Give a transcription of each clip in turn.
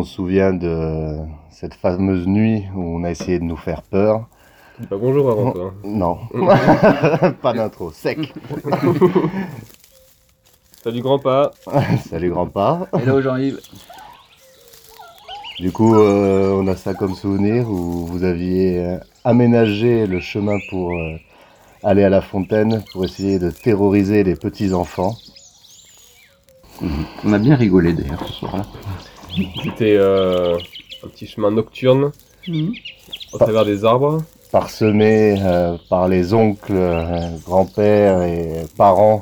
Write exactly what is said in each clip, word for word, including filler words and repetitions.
se souvient de cette fameuse nuit où on a essayé de nous faire peur. Dis pas bonjour avant toi. Non, pas d'intro, sec. Salut grand-pa. Salut grand-pa. Hello Jean-Yves. Du coup, euh, on a ça comme souvenir où vous aviez euh, aménagé le chemin pour euh, aller à la fontaine pour essayer de terroriser les petits-enfants. Mmh. On a bien rigolé d'ailleurs ce soir-là. C'était euh, un petit chemin nocturne mmh. au travers des arbres. Parsemé euh, par les oncles, euh, grands-pères et parents.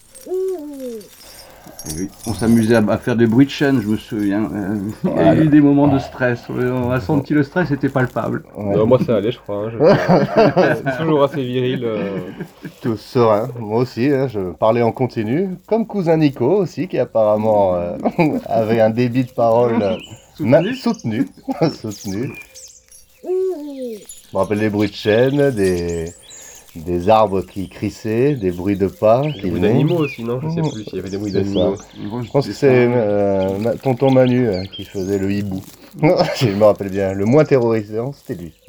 Et oui. On s'amusait à, à faire des bruits de chaîne, je me souviens. Euh, il y a eu des moments de stress. On a senti le stress était palpable. Ouais. Non, moi ça allait, je crois. Hein. Je... C'est toujours assez viril. Euh... Tout serein. Moi aussi, hein, je parlais en continu. Comme cousin Nico aussi, qui apparemment euh, avait un débit de parole euh, soutenu. soutenu. soutenu. Je me rappelle des bruits de chaîne, des... des arbres qui crissaient, des bruits de pas. Des bruits d'animaux aussi, non? Je sais plus s'il y avait des bruits d'animaux. Je pense que c'est euh, tonton Manu euh, qui faisait le hibou. Si je me rappelle bien. Le moins terrorisant, c'était lui.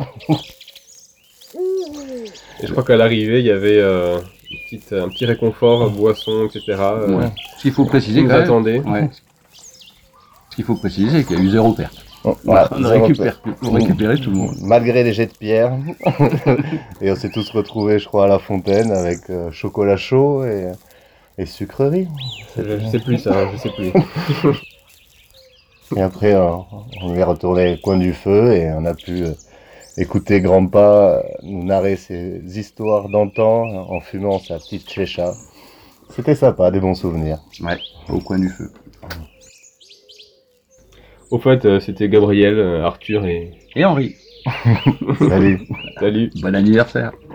Et je crois qu'à l'arrivée, il y avait euh, une petite, un petit réconfort, boisson, et cetera. Euh, ouais. Ce qu'il faut préciser, nous attendait. Ouais. Ce qu'il faut préciser, c'est qu'il y a eu zéro perte. Oh, on, ouais, on, a récupéré, on a récupéré tout le monde. Malgré les jets de pierre. Et on s'est tous retrouvés, je crois, à la fontaine avec euh, chocolat chaud et, et sucrerie. Je, je sais plus ça, je sais plus. Et après, euh, on est retourné au coin du feu et on a pu euh, écouter grand-pa nous narrer ses histoires d'antan en fumant sa petite chécha. C'était sympa, des bons souvenirs. Ouais, au coin du feu. Au fait, euh, c'était Gabriel, euh, Arthur et... Et Henri. Salut. Salut. Bon anniversaire.